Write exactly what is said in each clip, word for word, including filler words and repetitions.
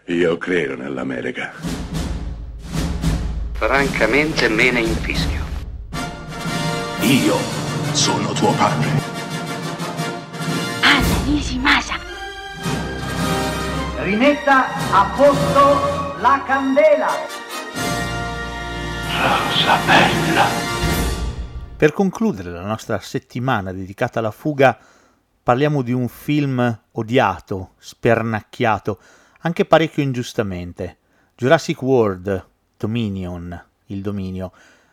Io credo nell'America. Francamente me ne infischio. Io sono tuo padre. Anna Nishimasa. Rimetta a posto la candela. Rosa bella. Per concludere la nostra settimana dedicata alla fuga, parliamo di un film odiato, spernacchiato, anche parecchio ingiustamente. Jurassic World, Dominion, il dominio.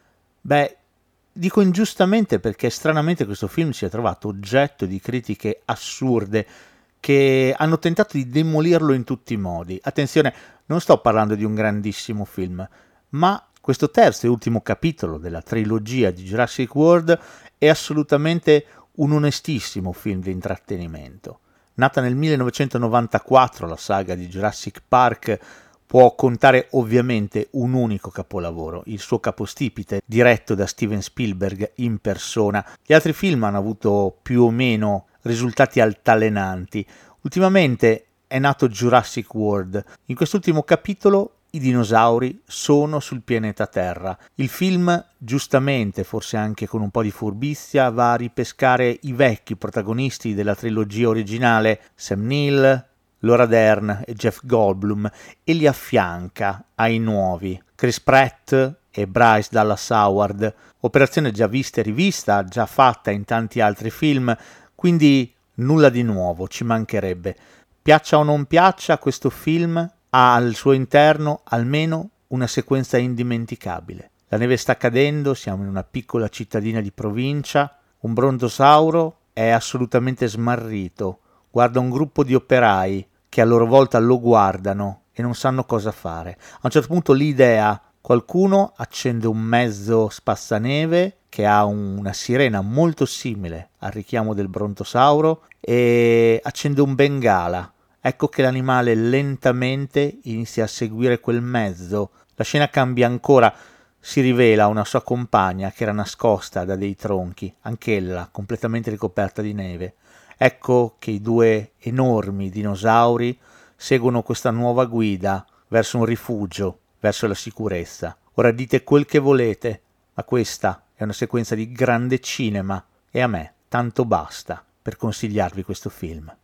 Beh, dico ingiustamente perché stranamente questo film si è trovato oggetto di critiche assurde che hanno tentato di demolirlo in tutti i modi. Attenzione, non sto parlando di un grandissimo film, ma questo terzo e ultimo capitolo della trilogia di Jurassic World è assolutamente un onestissimo film di intrattenimento. Nata nel millenovecentonovantaquattro, la saga di Jurassic Park può contare ovviamente un unico capolavoro, il suo capostipite, diretto da Steven Spielberg in persona. Gli altri film hanno avuto più o meno risultati altalenanti. Ultimamente è nato Jurassic World. In quest'ultimo capitolo i dinosauri sono sul pianeta Terra. Il film, giustamente, forse anche con un po' di furbizia, va a ripescare i vecchi protagonisti della trilogia originale, Sam Neill, Laura Dern e Jeff Goldblum, e li affianca ai nuovi, Chris Pratt e Bryce Dallas Howard, operazione già vista e rivista, già fatta in tanti altri film, quindi nulla di nuovo, ci mancherebbe. Piaccia o non piaccia, questo film ha al suo interno almeno una sequenza indimenticabile. La neve sta cadendo, siamo in una piccola cittadina di provincia, un brontosauro è assolutamente smarrito, guarda un gruppo di operai che a loro volta lo guardano e non sanno cosa fare. A un certo punto l'idea, qualcuno accende un mezzo spazzaneve che ha una sirena molto simile al richiamo del brontosauro e accende un bengala. Ecco che l'animale lentamente inizia a seguire quel mezzo. La scena cambia ancora, si rivela una sua compagna che era nascosta da dei tronchi, anch'ella completamente ricoperta di neve. Ecco che i due enormi dinosauri seguono questa nuova guida verso un rifugio, verso la sicurezza. Ora dite quel che volete, ma questa è una sequenza di grande cinema e a me tanto basta per consigliarvi questo film.